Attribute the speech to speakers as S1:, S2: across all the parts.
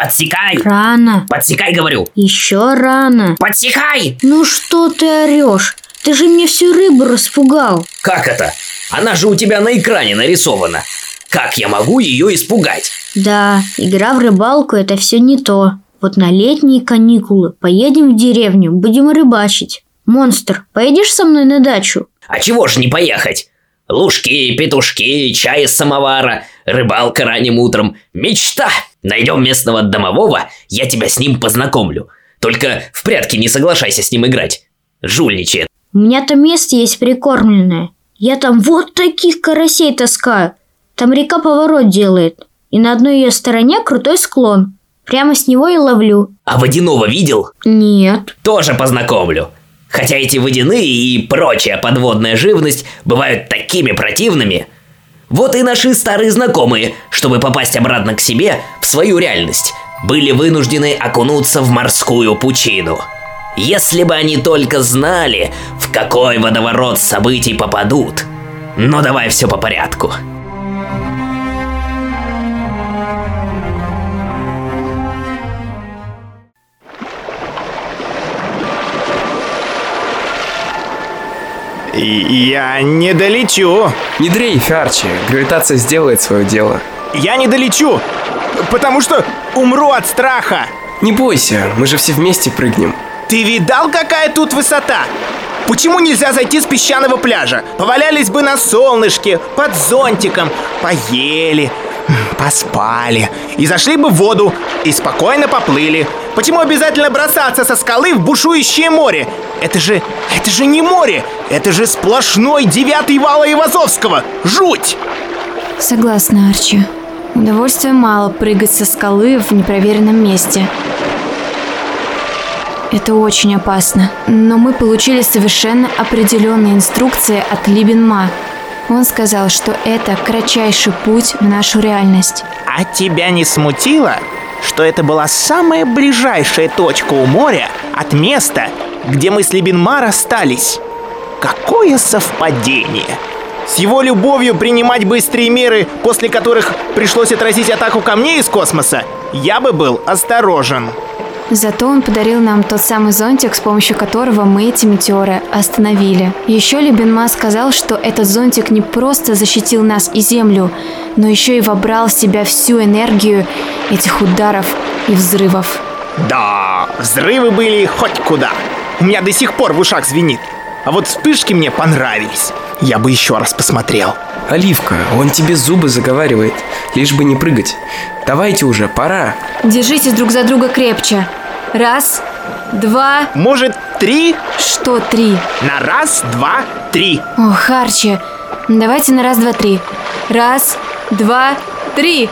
S1: Подсекай!
S2: Рано.
S1: Подсекай, говорю!
S2: Еще рано.
S1: Подсекай!
S2: Ну что ты орешь? Ты же мне всю рыбу распугал.
S1: Как это? Она же у тебя на экране нарисована. Как я могу ее испугать?
S2: Да, игра в рыбалку – это все не то. Вот на летние каникулы поедем в деревню, будем рыбачить. Монстр, поедешь со мной на дачу?
S1: А чего ж не поехать? Лужки, петушки, чай из самовара, рыбалка ранним утром. Мечта! Найдем местного домового, я тебя с ним познакомлю. Только в прятки не соглашайся с ним играть. Жульничает.
S2: У меня там место есть прикормленное. Я там вот таких карасей таскаю. Там река поворот делает. И на одной ее стороне крутой склон. Прямо с него и ловлю.
S1: А водяного видел?
S2: Нет.
S1: Тоже познакомлю. Хотя эти водяные и прочая подводная живность бывают такими противными. Вот и наши старые знакомые, чтобы попасть обратно к себе, в свою реальность, были вынуждены окунуться в морскую пучину. Если бы они только знали, в какой водоворот событий попадут. Но давай все по порядку.
S3: Я не долечу.
S4: Не дрейфь, Арчи, гравитация сделает свое дело.
S3: Я не долечу, потому что умру от страха.
S4: Не бойся, мы же все вместе прыгнем.
S3: Ты видал, какая тут высота? Почему нельзя зайти с песчаного пляжа? Повалялись бы на солнышке, под зонтиком, поели, поспали. И зашли бы в воду, и спокойно поплыли. Почему обязательно бросаться со скалы в бушующее море? Это же не море, это же сплошной 9-й вал Айвазовского. Жуть!
S5: Согласна, Арчи. Удовольствия мало прыгать со скалы в непроверенном месте. Это очень опасно. Но мы получили совершенно определенные инструкции от Ли Бин Ма. Он сказал, что это кратчайший путь в нашу реальность.
S3: А тебя не смутило, что это была самая ближайшая точка у моря от места, где мы с Ли Бин Ма расстались? Какое совпадение! С его любовью принимать быстрые меры, после которых пришлось отразить атаку камней из космоса, я бы был осторожен.
S5: Зато он подарил нам тот самый зонтик, с помощью которого мы эти метеоры остановили. Еще Ли Бин Ма сказал, что этот зонтик не просто защитил нас и Землю, но еще и вобрал в себя всю энергию этих ударов и взрывов.
S3: Да, взрывы были хоть куда. У меня до сих пор в ушах звенит. А вот вспышки мне понравились. Я бы еще раз посмотрел.
S4: Оливка, он тебе зубы заговаривает, лишь бы не прыгать. Давайте уже, пора.
S5: Держитесь друг за друга крепче. Раз, два...
S3: Может, 3?
S5: Что 3?
S3: На раз, два, 3.
S5: Ох, Арчи, давайте на раз, два, три. Раз, два, три.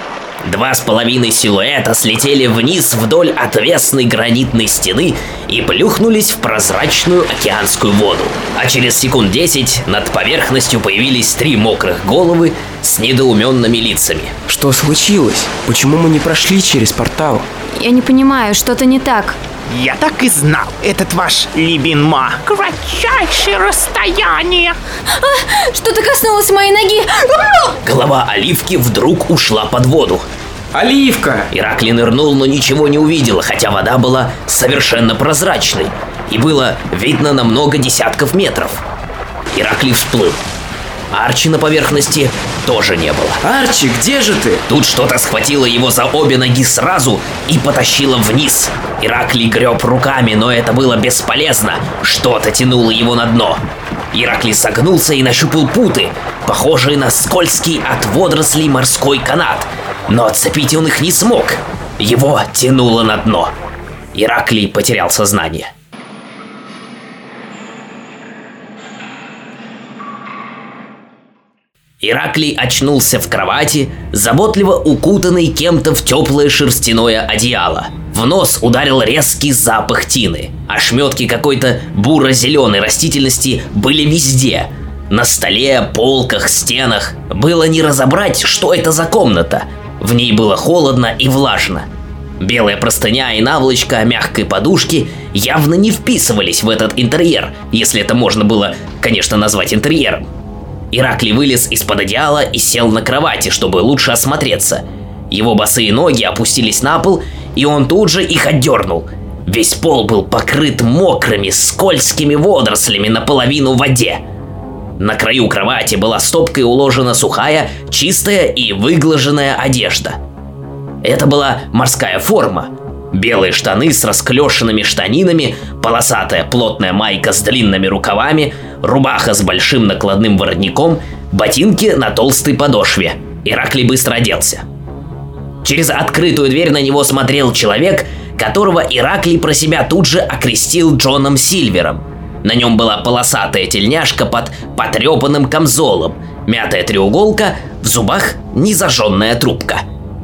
S1: 2,5 силуэта слетели вниз вдоль отвесной гранитной стены и плюхнулись в прозрачную океанскую воду. А через секунд 10 над поверхностью появились 3 мокрых головы с недоуменными лицами.
S4: Что случилось? Почему мы не прошли через портал?
S5: Я не понимаю, что-то не так.
S3: Я так и знал, этот ваш Ли Бин Ма. Кратчайшее расстояние.
S5: Что-то коснулось моей ноги.
S1: Голова Оливки вдруг ушла под воду.
S4: Оливка!
S1: Иракли нырнул, но ничего не увидел, хотя вода была совершенно прозрачной. И было видно на много десятков метров. Иракли всплыл. Арчи на поверхности тоже не было.
S4: Арчи, где же ты?
S1: Тут что-то схватило его за обе ноги сразу и потащило вниз. Иракли греб руками, но это было бесполезно. Что-то тянуло его на дно. Иракли согнулся и нащупал путы, похожие на скользкий от водорослей морской канат. Но отцепить он их не смог. Его тянуло на дно. Иракли потерял сознание. Иракли очнулся в кровати, заботливо укутанный кем-то в теплое шерстяное одеяло. В нос ударил резкий запах тины. Ошметки какой-то буро-зеленой растительности были везде. На столе, полках, стенах. Было не разобрать, что это за комната. В ней было холодно и влажно. Белая простыня и наволочка мягкой подушки явно не вписывались в этот интерьер, если это можно было, конечно, назвать интерьером. Иракли вылез из-под одеяла и сел на кровати, чтобы лучше осмотреться. Его босые ноги опустились на пол, и он тут же их отдернул. Весь пол был покрыт мокрыми, скользкими водорослями наполовину в воде. На краю кровати была стопкой уложена сухая, чистая и выглаженная одежда. Это была морская форма. Белые штаны с расклешенными штанинами, полосатая плотная майка с длинными рукавами, рубаха с большим накладным воротником, ботинки на толстой подошве. Ираклий быстро оделся. Через открытую дверь на него смотрел человек, которого Ираклий про себя тут же окрестил Джоном Сильвером. На нем была полосатая тельняшка под потрепанным камзолом, мятая треуголка, в зубах незажженная трубка.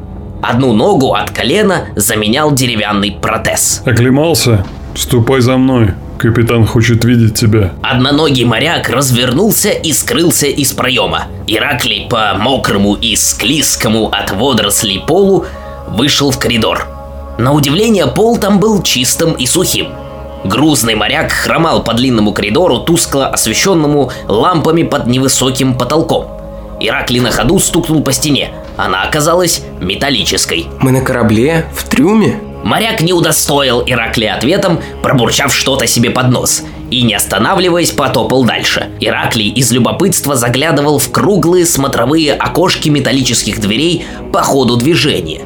S1: Одну ногу от колена заменял деревянный протез.
S6: Оклемался? Ступай за мной. Капитан хочет видеть тебя.
S1: Одноногий моряк развернулся и скрылся из проема. Ираклий по мокрому и склизкому от водорослей полу вышел в коридор. На удивление, пол там был чистым и сухим. Грузный моряк хромал по длинному коридору, тускло освещенному лампами под невысоким потолком. Ираклий на ходу стукнул по стене. Она оказалась металлической.
S4: Мы на корабле? В трюме?
S1: Моряк не удостоил Ираклия ответом, пробурчав что-то себе под нос, и, не останавливаясь, потопал дальше. Ираклий из любопытства заглядывал в круглые смотровые окошки металлических дверей по ходу движения.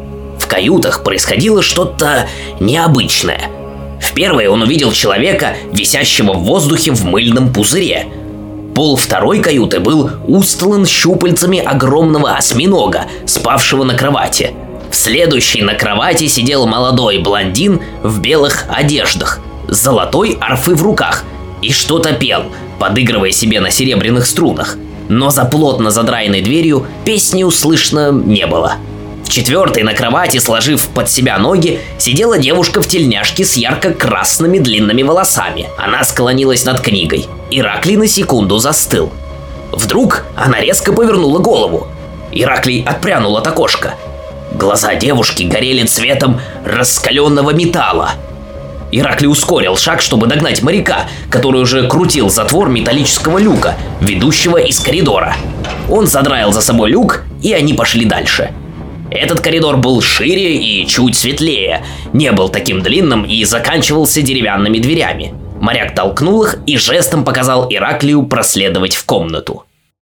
S1: В каютах происходило что-то необычное. В первой он увидел человека, висящего в воздухе в мыльном пузыре. Пол второй каюты был устлан щупальцами огромного осьминога, спавшего на кровати. В следующей на кровати сидел молодой блондин в белых одеждах, с золотой арфой в руках, и что-то пел, подыгрывая себе на серебряных струнах. Но за плотно задраенной дверью песни услышно не было. В четвертой на кровати, сложив под себя ноги, сидела девушка в тельняшке с ярко-красными длинными волосами. Она склонилась над книгой. Ираклий на секунду застыл. Вдруг она резко повернула голову. Ираклий отпрянул от окошка. Глаза девушки горели цветом раскаленного металла. Ираклий ускорил шаг, чтобы догнать моряка, который уже крутил затвор металлического люка, ведущего из коридора. Он задраил за собой люк, и они пошли дальше. Этот коридор был шире и чуть светлее, не был таким длинным и заканчивался деревянными дверями. Моряк толкнул их и жестом показал Ираклию проследовать в комнату.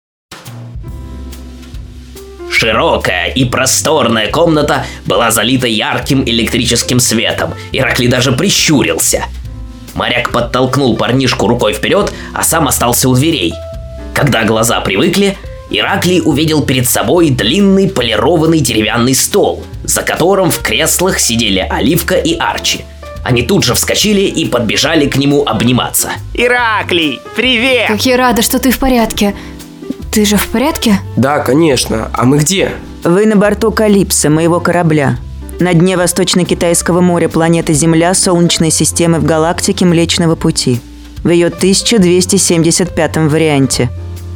S1: Широкая и просторная комната была залита ярким электрическим светом. Ираклий даже прищурился. Моряк подтолкнул парнишку рукой вперед, а сам остался у дверей. Когда глаза привыкли, Ираклий увидел перед собой длинный полированный деревянный стол, за которым в креслах сидели Оливка и Арчи. Они тут же вскочили и подбежали к нему обниматься.
S3: Ираклий, привет!
S5: Как я рада, что ты в порядке. Ты же в порядке?
S4: Да, конечно. А мы где?
S7: Вы на борту Калипсо, моего корабля. На дне Восточно-Китайского моря планеты Земля Солнечной системы в галактике Млечного Пути. В ее 1275 варианте.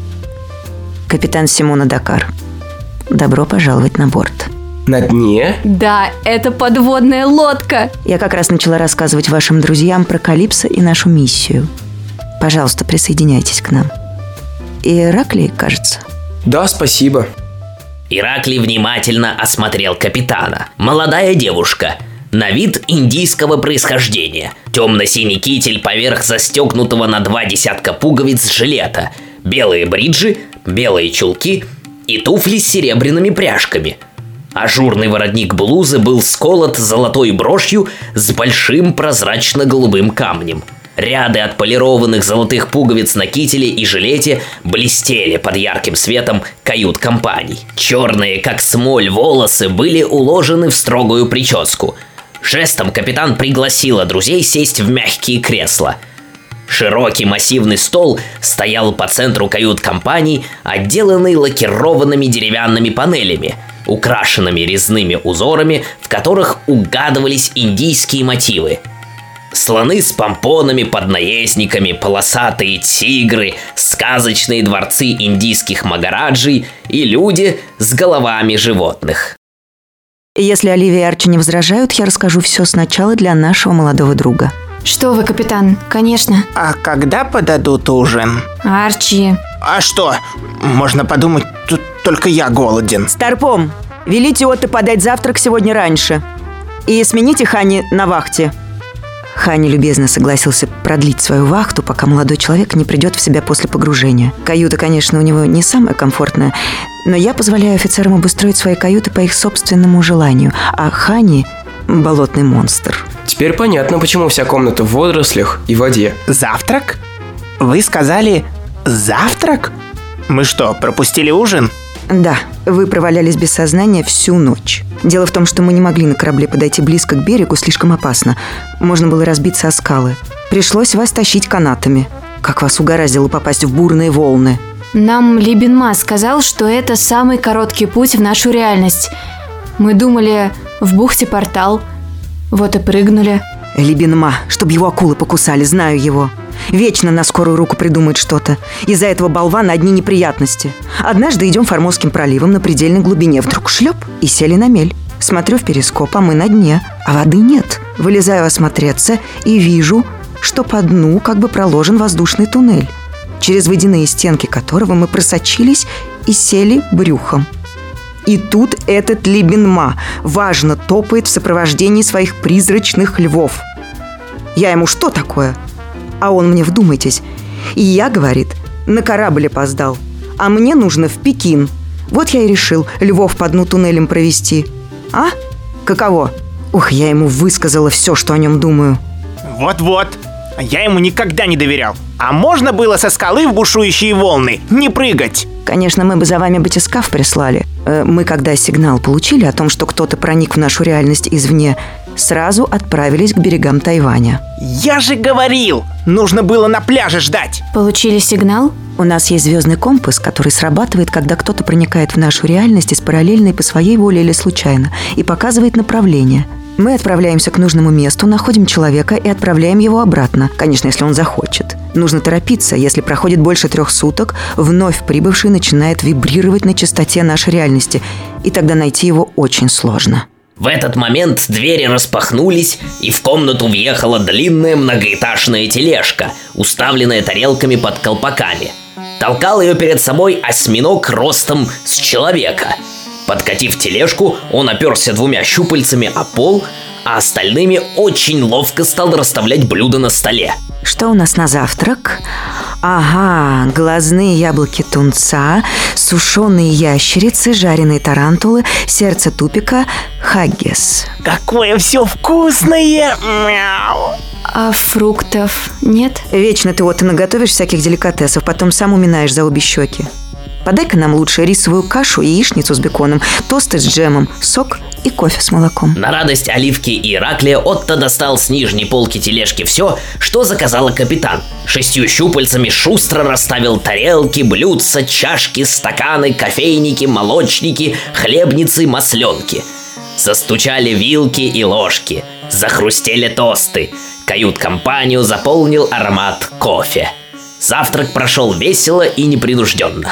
S7: Капитан Симона Дакар. Добро пожаловать на борт.
S4: На дне?
S5: Да, это подводная лодка.
S7: Я как раз начала рассказывать вашим друзьям про Калипсо и нашу миссию. Пожалуйста, присоединяйтесь к нам. Ираклий, кажется.
S4: Да, спасибо.
S1: Ираклий внимательно осмотрел капитана. Молодая девушка, на вид индийского происхождения. Темно-синий китель поверх застегнутого на 2 десятка пуговиц жилета. Белые бриджи, белые чулки и туфли с серебряными пряжками. Ажурный воротник блузы был сколот золотой брошью с большим прозрачно-голубым камнем. Ряды отполированных золотых пуговиц на кителе и жилете блестели под ярким светом кают-компаний. Черные, как смоль, волосы были уложены в строгую прическу. Жестом капитан пригласила друзей сесть в мягкие кресла. Широкий массивный стол стоял по центру кают-компаний, отделанный лакированными деревянными панелями, украшенными резными узорами, в которых угадывались индийские мотивы. Слоны с помпонами под наездниками, полосатые тигры, сказочные дворцы индийских магараджей и люди с головами животных.
S7: Если Оливия и Арчи не возражают, я расскажу все сначала для нашего молодого друга.
S5: Что вы, капитан? Конечно.
S3: А когда подадут ужин?
S5: Арчи.
S3: А что? Можно подумать, тут только я голоден.
S7: Старпом, Велите Отто подать завтрак сегодня раньше. И смените Хани на вахте. Хани любезно согласился продлить свою вахту, пока молодой человек не придет в себя после погружения. Каюта, конечно, у него не самая комфортная, но я позволяю офицерам обустроить свои каюты по их собственному желанию, а Хани – болотный монстр.
S4: Теперь понятно, почему вся комната в водорослях и воде.
S3: Завтрак? Вы сказали завтрак? Мы что, пропустили ужин?
S7: Да, вы провалялись без сознания всю ночь. Дело в том, что мы не могли на корабле подойти близко к берегу, слишком опасно. Можно было разбиться о скалы. Пришлось вас тащить канатами. Как вас угораздило попасть в бурные волны?
S5: Нам Ли Бин Ма сказал, что это самый короткий путь в нашу реальность. Мы думали, в бухте портал. Вот и прыгнули.
S7: Ли Бин Ма, чтоб его акулы покусали, знаю его. Вечно на скорую руку придумает что-то. Из-за этого болвана одни неприятности. Однажды идем Формозским проливом на предельной глубине. Вдруг шлеп и сели на мель. Смотрю в перископ, а мы на дне, а воды нет. Вылезаю осмотреться и вижу, что по дну как бы проложен воздушный туннель, через водяные стенки которого мы просочились и сели брюхом. И тут этот Ли Бин Ма важно топает в сопровождении своих призрачных львов. Я ему: что такое? А он мне: вдумайтесь. И я, говорит, на корабль опоздал, а мне нужно в Пекин. Вот я и решил львов по дну туннелем провести. А? Каково? Ух, я ему высказала все, что о нем думаю.
S3: Вот-вот. Я ему никогда не доверял. А можно было со скалы в бушующие волны не прыгать?
S7: Конечно, мы бы за вами батискаф прислали. Мы, когда сигнал получили о том, что кто-то проник в нашу реальность извне, сразу отправились к берегам Тайваня.
S3: Я же говорил, нужно было на пляже ждать.
S5: Получили сигнал?
S7: У нас есть звездный компас, который срабатывает, когда кто-то проникает в нашу реальность из параллельной по своей воле или случайно, и показывает направление. Мы отправляемся к нужному месту, находим человека и отправляем его обратно. Конечно, если он захочет. Нужно торопиться. Если проходит больше 3 суток, вновь прибывший начинает вибрировать на частоте нашей реальности. И тогда найти его очень сложно.
S1: В этот момент двери распахнулись, и в комнату въехала длинная многоэтажная тележка, уставленная тарелками под колпаками. Толкал ее перед собой осьминог ростом с человека. Подкатив тележку, он оперся 2 щупальцами о пол, а остальными очень ловко стал расставлять блюда на столе.
S7: Что у нас на завтрак? Ага, глазные яблоки тунца, сушеные ящерицы, жареные тарантулы, сердце тупика, хаггис.
S3: Какое все вкусное! Мяу.
S5: А фруктов нет?
S7: Вечно ты, Отто, наготовишь всяких деликатесов, потом сам уминаешь за обе щеки. Подай-ка нам лучше рисовую кашу, яичницу с беконом, тосты с джемом, сок и кофе с молоком.
S1: На радость Оливки и Ираклия Отто достал с нижней полки тележки все, что заказала капитан. 6 щупальцами шустро расставил тарелки, блюдца, чашки, стаканы, кофейники, молочники, хлебницы, масленки. Застучали вилки и ложки, захрустели тосты. Кают-компанию заполнил аромат кофе. Завтрак прошел весело и непринужденно.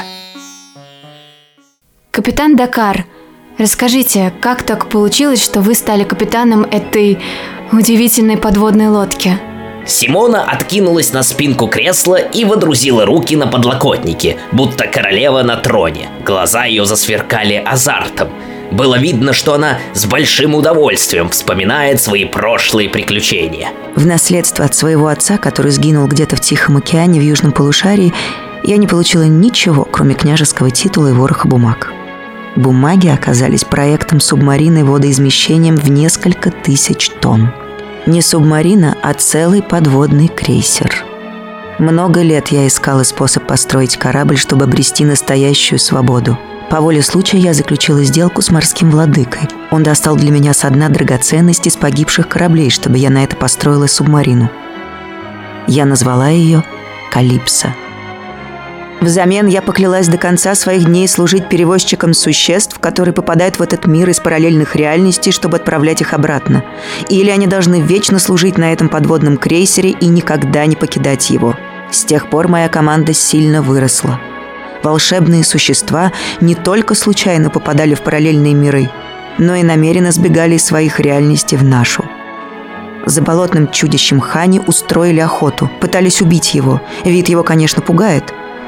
S5: Капитан Дакар, расскажите, как так получилось, что вы стали капитаном этой удивительной подводной лодки?
S1: Симона откинулась на спинку кресла и водрузила руки на подлокотники, будто королева на троне. Глаза ее засверкали азартом. Было видно, что она с большим удовольствием вспоминает свои прошлые приключения.
S7: В наследство от своего отца, который сгинул где-то в Тихом океане в южном полушарии, я не получила ничего, кроме княжеского титула и вороха бумаг. Бумаги оказались проектом субмарины водоизмещением в несколько тысяч тонн. Не субмарина, а целый подводный крейсер. Много лет я искала способ построить корабль, чтобы обрести настоящую свободу. По воле случая я заключила сделку с морским владыкой. Он достал для меня со дна драгоценности с погибших кораблей, чтобы я на это построила субмарину. Я назвала ее «Калипсо». Взамен я поклялась до конца своих дней служить перевозчиком существ, которые попадают в этот мир из параллельных реальностей, чтобы отправлять их обратно. Или они должны вечно служить на этом подводном крейсере и никогда не покидать его. С тех пор моя команда сильно выросла. Волшебные существа не только случайно попадали в параллельные миры, но и намеренно сбегали из своих реальностей в нашу. За болотным чудищем Хани устроили охоту, пытались убить его. Вид его, конечно, пугает.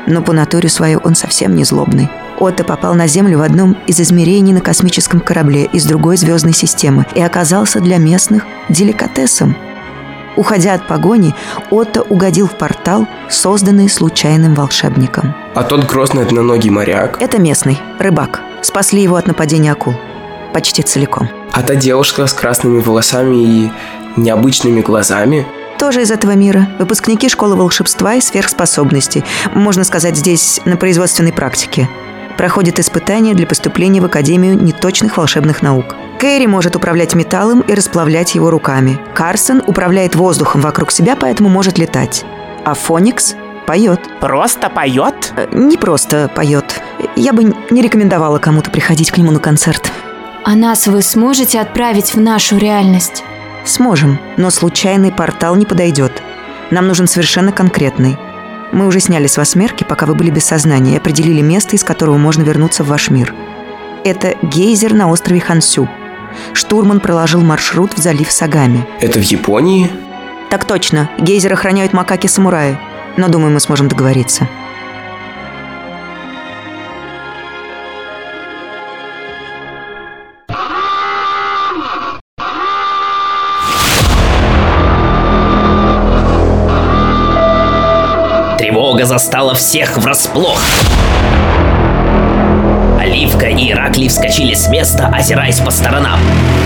S7: Но по натуре своей он совсем не злобный. Отто попал на Землю в одном из измерений на космическом корабле из другой звездной системы и оказался для местных деликатесом. Уходя от погони, Отто угодил в портал, созданный случайным волшебником.
S4: А тот грозный одноногий моряк?
S7: Это местный, рыбак. Спасли его от нападения акул. Почти целиком.
S4: А та девушка с красными волосами и необычными глазами?
S7: Тоже из этого мира. Выпускники школы волшебства и сверхспособностей. Можно сказать, здесь на производственной практике. Проходят испытания для поступления в Академию неточных волшебных наук. Кэрри может управлять металлом и расплавлять его руками. Карсон управляет воздухом вокруг себя, поэтому может летать. А Фоникс поет.
S3: Просто поет?
S7: Не просто поет. Я бы не рекомендовала кому-то приходить к нему на концерт.
S5: А нас вы сможете отправить в нашу реальность?
S7: Сможем, но случайный портал не подойдет. Нам нужен совершенно конкретный. Мы уже сняли с вас мерки, пока вы были без сознания, и определили место, из которого можно вернуться в ваш мир. Это гейзер на острове Хансю. Штурман проложил маршрут в залив Сагами.
S4: Это в Японии?
S7: Так точно. Гейзер охраняют макаки-самураи. Но, думаю, мы сможем договориться.
S1: Тревога застала всех врасплох. Оливка и Ираклий вскочили с места, озираясь по сторонам.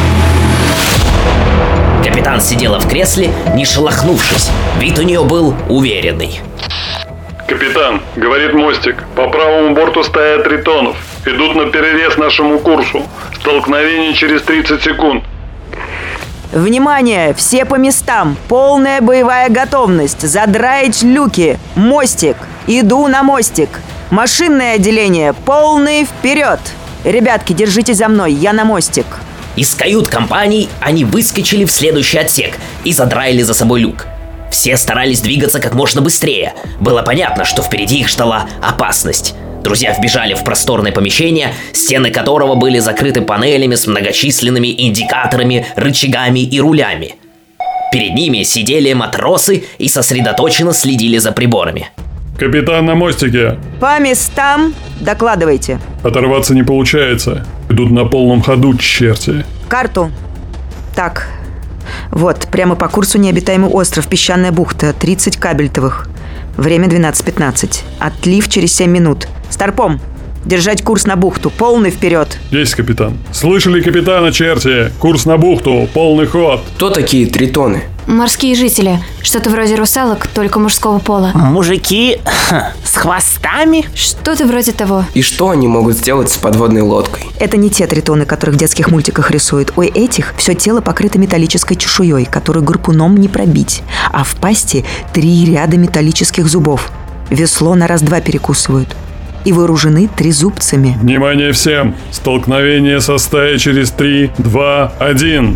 S1: Капитан сидела в кресле, не шелохнувшись. Вид у нее был уверенный.
S6: Капитан, говорит мостик, по правому борту стая тритонов. Идут на перерез нашему курсу. Столкновение через 30 секунд.
S7: Внимание! Все по местам! Полная боевая готовность! Задраить люки! Мостик! Иду на мостик! Машинное отделение! Полный вперед! Ребятки, держите за мной, я на мостик!
S1: Из кают-компаний они выскочили в следующий отсек и задраили за собой люк. Все старались двигаться как можно быстрее. Было понятно, что впереди их ждала опасность. Друзья вбежали в просторное помещение, стены которого были закрыты панелями с многочисленными индикаторами, рычагами и рулями. Перед ними сидели матросы и сосредоточенно следили за приборами.
S6: Капитан на мостике.
S7: По местам докладывайте.
S6: Оторваться не получается. Идут на полном ходу, черти.
S7: Карту. Так, вот, прямо по курсу необитаемый остров, песчаная бухта, 30 кабельтовых. Время 12:15. Отлив через 7 минут. Старпом, держать курс на бухту, полный вперед.
S6: Есть, капитан. Слышали капитана, черти? Курс на бухту, полный ход.
S4: Кто такие тритоны?
S5: Морские жители. Что-то вроде русалок, только мужского пола.
S3: Мужики с хвостами?
S5: Что-то вроде того.
S4: И что они могут сделать с подводной лодкой?
S7: Это не те тритоны, которых в детских мультиках рисуют. У этих все тело покрыто металлической чешуей, которую гарпуном не пробить. А в пасти 3 ряда металлических зубов. Весло на раз-два перекусывают. И вооружены трезубцами.
S6: Внимание всем! Столкновение со стаей через 3, 2, 1.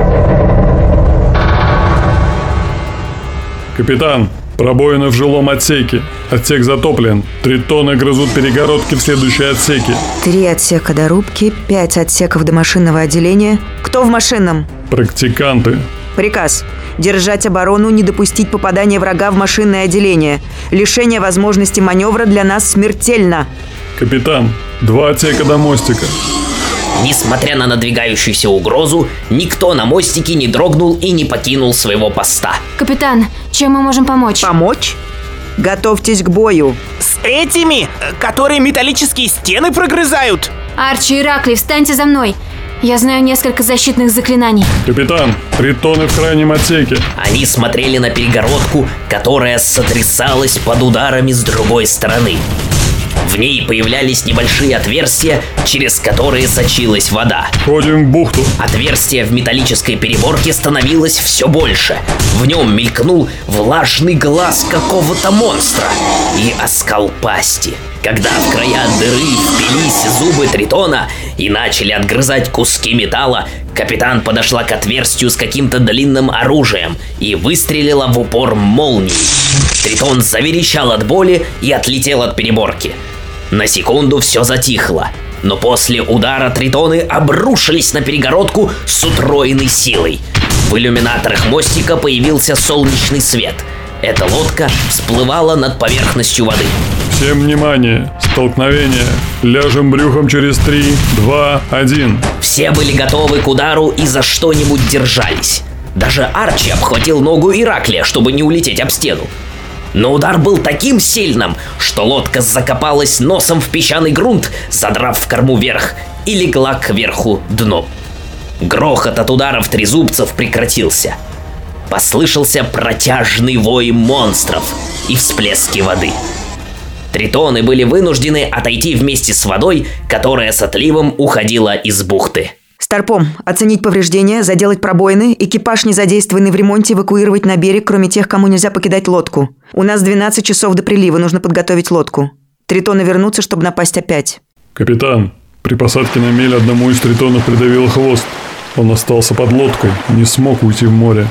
S6: Капитан, пробоина в жилом отсеке. Отсек затоплен. Тритоны грызут перегородки в следующие отсеки.
S7: 3 отсека до рубки, 5 отсеков до машинного отделения. Кто в машинном?
S6: Практиканты.
S7: Приказ. Держать оборону, не допустить попадания врага в машинное отделение. Лишение возможности маневра для нас смертельно.
S6: Капитан, 2 отсека до мостика.
S1: Несмотря на надвигающуюся угрозу, никто на мостике не дрогнул и не покинул своего поста.
S5: Капитан, чем мы можем помочь?
S7: Помочь? Готовьтесь к бою.
S3: С этими, которые металлические стены прогрызают?
S5: Арчи и Ираклий, встаньте за мной. Я знаю несколько защитных заклинаний.
S6: Капитан, тритоны в крайнем отсеке.
S1: Они смотрели на перегородку, которая сотрясалась под ударами с другой стороны. В ней появлялись небольшие отверстия, через которые сочилась вода.
S6: Входим в бухту.
S1: Отверстие в металлической переборке становилось все больше. В нем мелькнул влажный глаз какого-то монстра и оскал пасти. Когда в края дыры впились зубы тритона и начали отгрызать куски металла, капитан подошла к отверстию с каким-то длинным оружием и выстрелила в упор молнией. Тритон заверещал от боли и отлетел от переборки. На секунду все затихло, но после удара тритоны обрушились на перегородку с утроенной силой. В иллюминаторах мостика появился солнечный свет. Эта лодка всплывала над поверхностью воды.
S6: Всем внимание! Столкновение! Ляжем брюхом через 3, 2, 1.
S1: Все были готовы к удару и за что-нибудь держались. Даже Арчи обхватил ногу Ираклия, чтобы не улететь об стену. Но удар был таким сильным, что лодка закопалась носом в песчаный грунт, задрав в корму вверх, и легла кверху дном. Грохот от ударов трезубцев прекратился. Послышался протяжный вой монстров и всплески воды. Тритоны были вынуждены отойти вместе с водой, которая с отливом уходила из бухты.
S7: Старпом, оценить повреждения, заделать пробоины, экипаж, не задействованный в ремонте, эвакуировать на берег, кроме тех, кому нельзя покидать лодку. У нас 12 часов до прилива, нужно подготовить лодку. Тритоны вернутся, чтобы напасть опять.
S6: Капитан, при посадке на мель одному из тритонов придавило хвост. Он остался под лодкой, не смог уйти в море.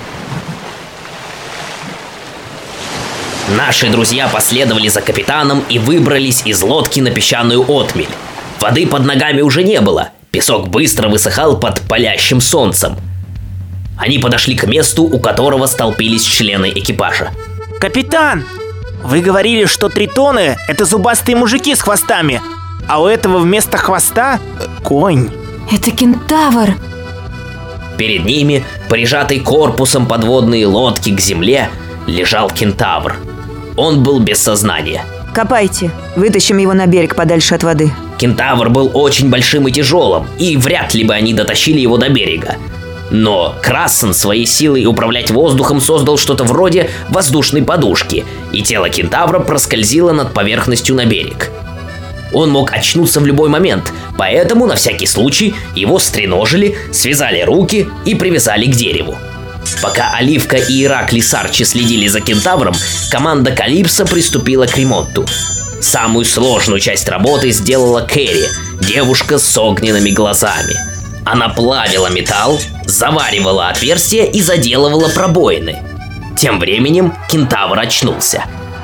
S1: Наши друзья последовали за капитаном и выбрались из лодки на песчаную отмель. Воды под ногами уже не было. Песок быстро высыхал под палящим солнцем. Они подошли к месту, у которого столпились члены экипажа.
S3: Капитан, вы говорили, что тритоны – это зубастые мужики с хвостами, а у этого вместо хвоста – конь.
S5: Это кентавр.
S1: Перед ними, прижатый корпусом подводной лодки к земле, лежал кентавр. Он был без сознания.
S7: Копайте, вытащим его на берег подальше от воды.
S1: Кентавр был очень большим и тяжелым, и вряд ли бы они дотащили его до берега. Но Крассен своей силой управлять воздухом создал что-то вроде воздушной подушки, и тело кентавра проскользило над поверхностью на берег. Он мог очнуться в любой момент, поэтому на всякий случай его стреножили, связали руки и привязали к дереву. Пока Оливка и Ираклий с Арчи следили за кентавром, команда Калипсо приступила к ремонту. Самую сложную часть работы сделала Кэрри, девушка с огненными глазами. Она плавила металл, заваривала отверстия и заделывала пробоины. Тем временем кентавр очнулся.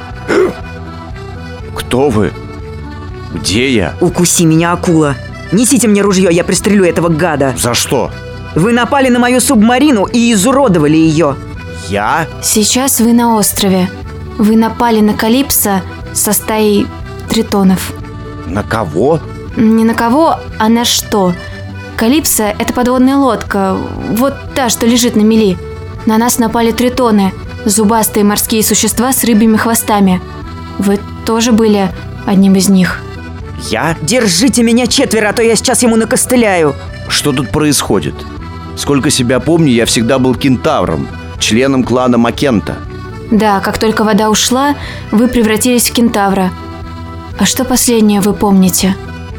S8: Кто вы? Где я?
S7: Укуси меня, акула. Несите мне ружье, я пристрелю этого гада.
S8: За что?
S7: Вы напали на мою субмарину и изуродовали ее.
S8: Я?
S5: Сейчас вы на острове. Вы напали на Калипсо со стаей тритонов.
S8: На кого?
S5: Не на кого, а на что. Калипсо – это подводная лодка, вот та, что лежит на мели. На нас напали тритоны, зубастые морские существа с рыбьими хвостами. Вы тоже были одним из них.
S8: Я?
S7: Держите меня четверо, а то я сейчас ему накостыляю.
S8: Что тут происходит? Сколько себя помню, я всегда был кентавром, членом клана Макента.
S5: Да, как только вода ушла, вы превратились в кентавра. А что последнее вы помните?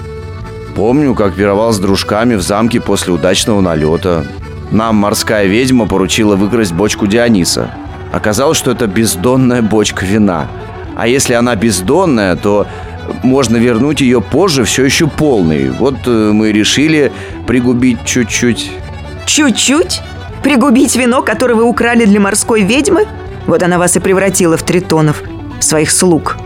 S8: Помню, как пировал с дружками в замке после удачного налета. Нам морская ведьма поручила выкрасть бочку Диониса. Оказалось, что это бездонная бочка вина. А если она бездонная, то можно вернуть ее позже все еще полной. Вот мы решили пригубить чуть-чуть.
S7: Чуть-чуть? Пригубить вино, которое вы украли для морской ведьмы? Вот она вас и превратила в тритонов, в своих слуг.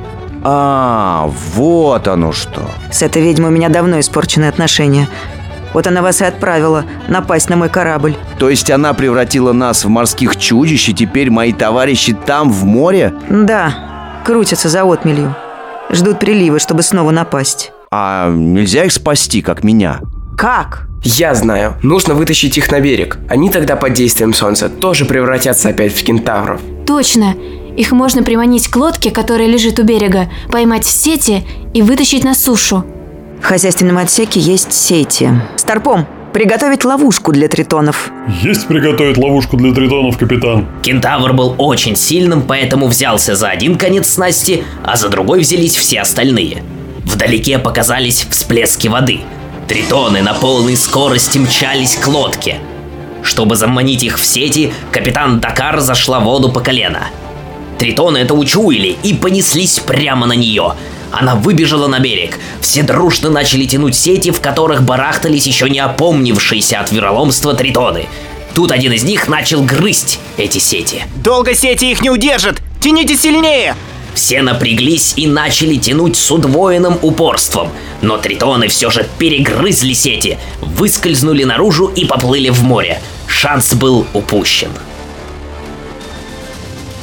S8: А, вот оно что.
S7: С этой ведьмой у меня давно испорчены отношения. Вот она вас и отправила напасть на мой корабль.
S8: То есть она превратила нас в морских чудищ, и теперь мои товарищи там, в море?
S7: Да, крутятся за отмелью. Ждут прилива, чтобы снова напасть.
S8: А нельзя их спасти, как меня?
S7: Как?
S4: Я знаю, нужно вытащить их на берег. Они тогда под действием солнца тоже превратятся опять в кентавров.
S5: Точно! Их можно приманить к лодке, которая лежит у берега, поймать в сети и вытащить на сушу.
S7: В хозяйственном отсеке есть сети. Старпом, приготовить ловушку для тритонов.
S6: Есть приготовить ловушку для тритонов, капитан.
S1: Кентавр был очень сильным, поэтому взялся за один конец снасти, а за другой взялись все остальные. Вдалеке показались всплески воды. Тритоны на полной скорости мчались к лодке. Чтобы заманить их в сети, капитан Дакар зашла в воду по колено. Тритоны это учуяли и понеслись прямо на нее. Она выбежала на берег. Все дружно начали тянуть сети, в которых барахтались еще не опомнившиеся от вероломства тритоны. Тут один из них начал грызть эти сети.
S3: Долго сети их не удержат! Тяните сильнее!
S1: Все напряглись и начали тянуть с удвоенным упорством. Но тритоны все же перегрызли сети, выскользнули наружу и поплыли в море. Шанс был упущен.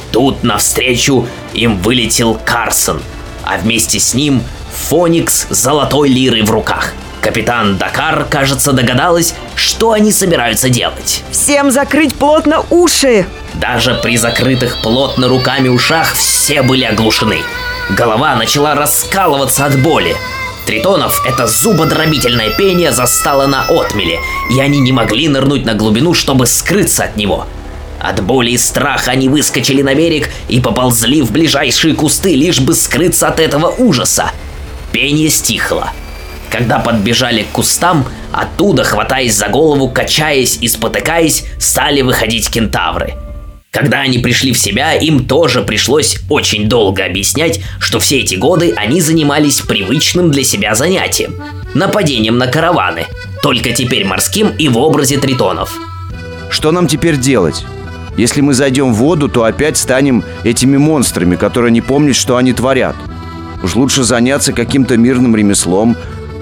S1: Тут навстречу им вылетел Карсон, а вместе с ним Фоникс с золотой лирой в руках. Капитан Дакар, кажется, догадалась, что они собираются делать.
S7: Всем закрыть плотно уши!
S1: Даже при закрытых плотно руками ушах все были оглушены. Голова начала раскалываться от боли. Тритонов это зубодробительное пение застало на отмеле, и они не могли нырнуть на глубину, чтобы скрыться от него. От боли и страха они выскочили на берег и поползли в ближайшие кусты, лишь бы скрыться от этого ужаса. Пение стихло. Когда подбежали к кустам, оттуда, хватаясь за голову, качаясь и спотыкаясь, стали выходить кентавры. Когда они пришли в себя, им тоже пришлось очень долго объяснять, что все эти годы они занимались привычным для себя занятием – нападением на караваны, только теперь морским и в образе тритонов.
S8: Что нам теперь делать? Если мы зайдем в воду, то опять станем этими монстрами, которые не помнят, что они творят. Уж лучше заняться каким-то мирным ремеслом.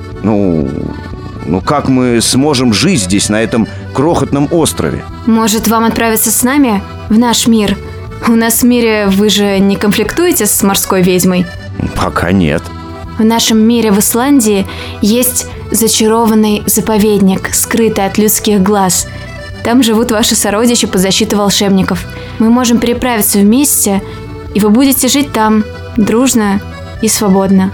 S8: Ну как мы сможем жить здесь, на этом крохотном острове?
S5: Может, вам отправиться с нами в наш мир? У нас в мире вы же не конфликтуете с морской ведьмой?
S8: Пока нет.
S5: В нашем мире в Исландии есть зачарованный заповедник, скрытый от людских глаз. Там живут ваши сородичи под защитой волшебников. Мы можем переправиться вместе, и вы будете жить там, дружно и свободно.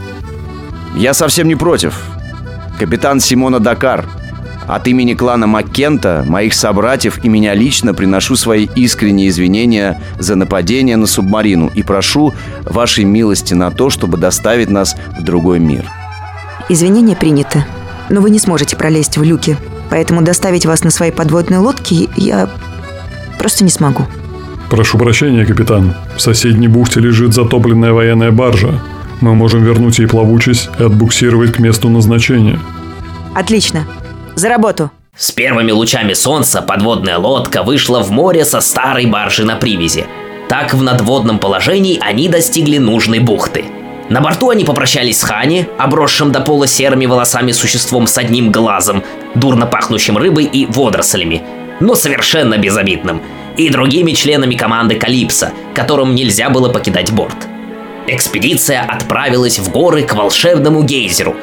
S8: Я совсем не против. Капитан Симона Дакар, от имени клана Маккента, моих собратьев и меня лично приношу свои искренние извинения за нападение на субмарину и прошу вашей милости на то, чтобы доставить нас в другой мир.
S7: Извинения приняты, но вы не сможете пролезть в люки, поэтому доставить вас на своей подводной лодке я просто не смогу.
S6: Прошу прощения, капитан. В соседней бухте лежит затопленная военная баржа. Мы можем вернуть ей плавучесть и отбуксировать к месту назначения.
S7: Отлично. За работу.
S1: С первыми лучами солнца подводная лодка вышла в море со старой баржей на привязи. Так в надводном положении они достигли нужной бухты. На борту они попрощались с Хани, обросшим до пола серыми волосами существом с одним глазом, дурно пахнущим рыбой и водорослями, но совершенно безобидным, и другими членами команды Калипсо, которым нельзя было покидать борт. Экспедиция отправилась в горы к волшебному гейзеру.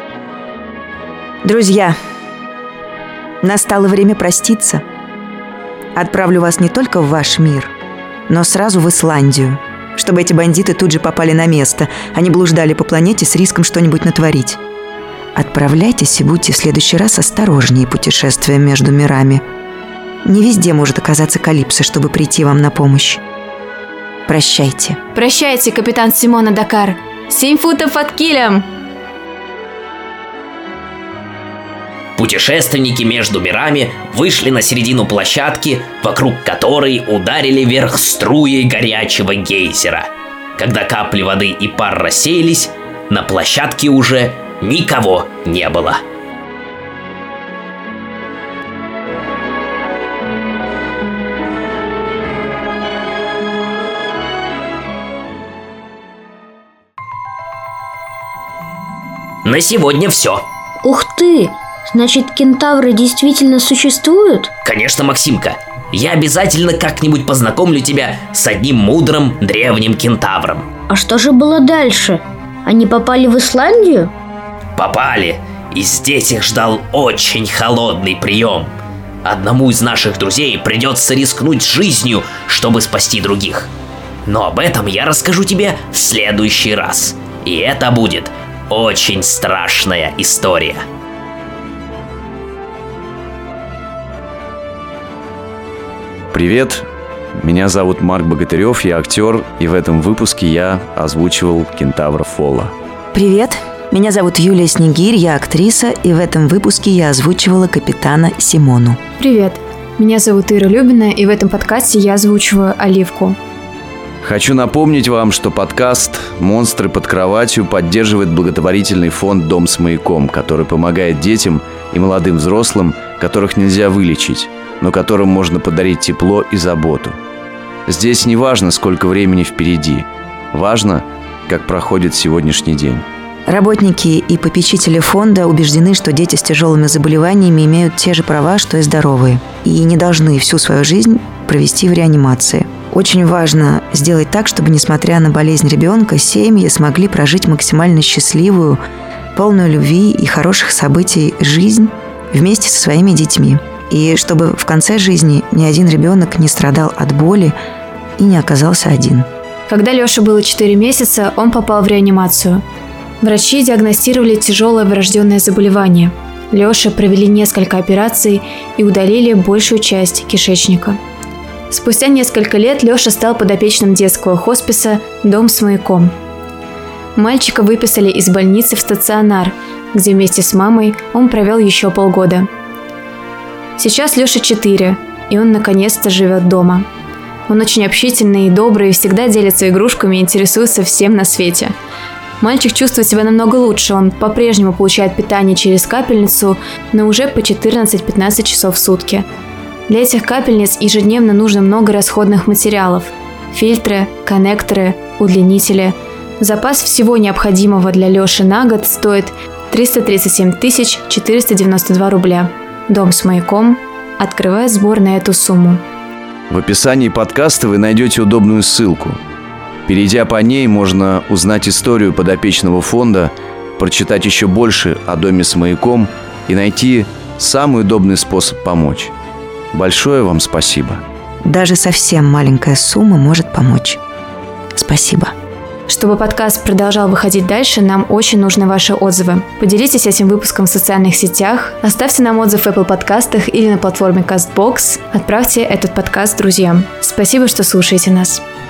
S7: Друзья, настало время проститься. Отправлю вас не только в ваш мир, но сразу в Исландию, чтобы эти бандиты тут же попали на место, а не блуждали по планете с риском что-нибудь натворить. Отправляйтесь и будьте в следующий раз осторожнее путешествуя между мирами. Не везде может оказаться Калипсо, чтобы прийти вам на помощь. Прощайте.
S5: Прощайте, капитан Симона Дакар. 7 футов от килем!
S1: Путешественники между мирами вышли на середину площадки, вокруг которой ударили вверх струи горячего гейзера. Когда капли воды и пар рассеялись, на площадке уже никого не было. На сегодня все.
S2: Ух ты! Значит, кентавры действительно существуют?
S1: Конечно, Максимка. Я обязательно как-нибудь познакомлю тебя с одним мудрым древним кентавром.
S2: А что же было дальше? Они попали в Исландию?
S1: Попали. И здесь их ждал очень холодный прием. Одному из наших друзей придется рискнуть жизнью, чтобы спасти других. Но об этом я расскажу тебе в следующий раз. И это будет очень страшная история.
S8: Привет, меня зовут Марк Богатырев, я актер, и в этом выпуске я озвучивал кентавра Фола.
S7: Привет, меня зовут Юлия Снегирь, я актриса, и в этом выпуске я озвучивала капитана Симону.
S5: Привет, меня зовут Ира Любина, и в этом подкасте я озвучиваю Оливку.
S8: Хочу напомнить вам, что подкаст «Монстры под кроватью» поддерживает благотворительный фонд «Дом с маяком», который помогает детям и молодым взрослым, которых нельзя вылечить, но которым можно подарить тепло и заботу. Здесь не важно, сколько времени впереди. Важно, как проходит сегодняшний день.
S7: Работники и попечители фонда убеждены, что дети с тяжелыми заболеваниями имеют те же права, что и здоровые, и не должны всю свою жизнь провести в реанимации. Очень важно сделать так, чтобы, несмотря на болезнь ребенка, семьи смогли прожить максимально счастливую, полную любви и хороших событий жизнь вместе со своими детьми. И чтобы в конце жизни ни один ребенок не страдал от боли и не оказался один.
S5: Когда Лёше было 4 месяца, он попал в реанимацию. Врачи диагностировали тяжелое врожденное заболевание. Лёше провели несколько операций и удалили большую часть кишечника. Спустя несколько лет Лёша стал подопечным детского хосписа «Дом с маяком». Мальчика выписали из больницы в стационар, где вместе с мамой он провел еще полгода. Сейчас Лёше 4, и он наконец-то живет дома. Он очень общительный и добрый, всегда делится игрушками и интересуется всем на свете. Мальчик чувствует себя намного лучше, он по-прежнему получает питание через капельницу, но уже по 14-15 часов в сутки. Для этих капельниц ежедневно нужно много расходных материалов – фильтры, коннекторы, удлинители. Запас всего необходимого для Лёши на год стоит 337 492 рубля. Дом с маяком открывает сбор на эту сумму.
S8: В описании подкаста вы найдете удобную ссылку. Перейдя по ней, можно узнать историю подопечного фонда, прочитать еще больше о доме с маяком и найти самый удобный способ помочь. Большое вам спасибо.
S7: Даже совсем маленькая сумма может помочь. Спасибо.
S5: Чтобы подкаст продолжал выходить дальше, нам очень нужны ваши отзывы. Поделитесь этим выпуском в социальных сетях, оставьте нам отзыв в Apple подкастах или на платформе CastBox, отправьте этот подкаст друзьям. Спасибо, что слушаете нас.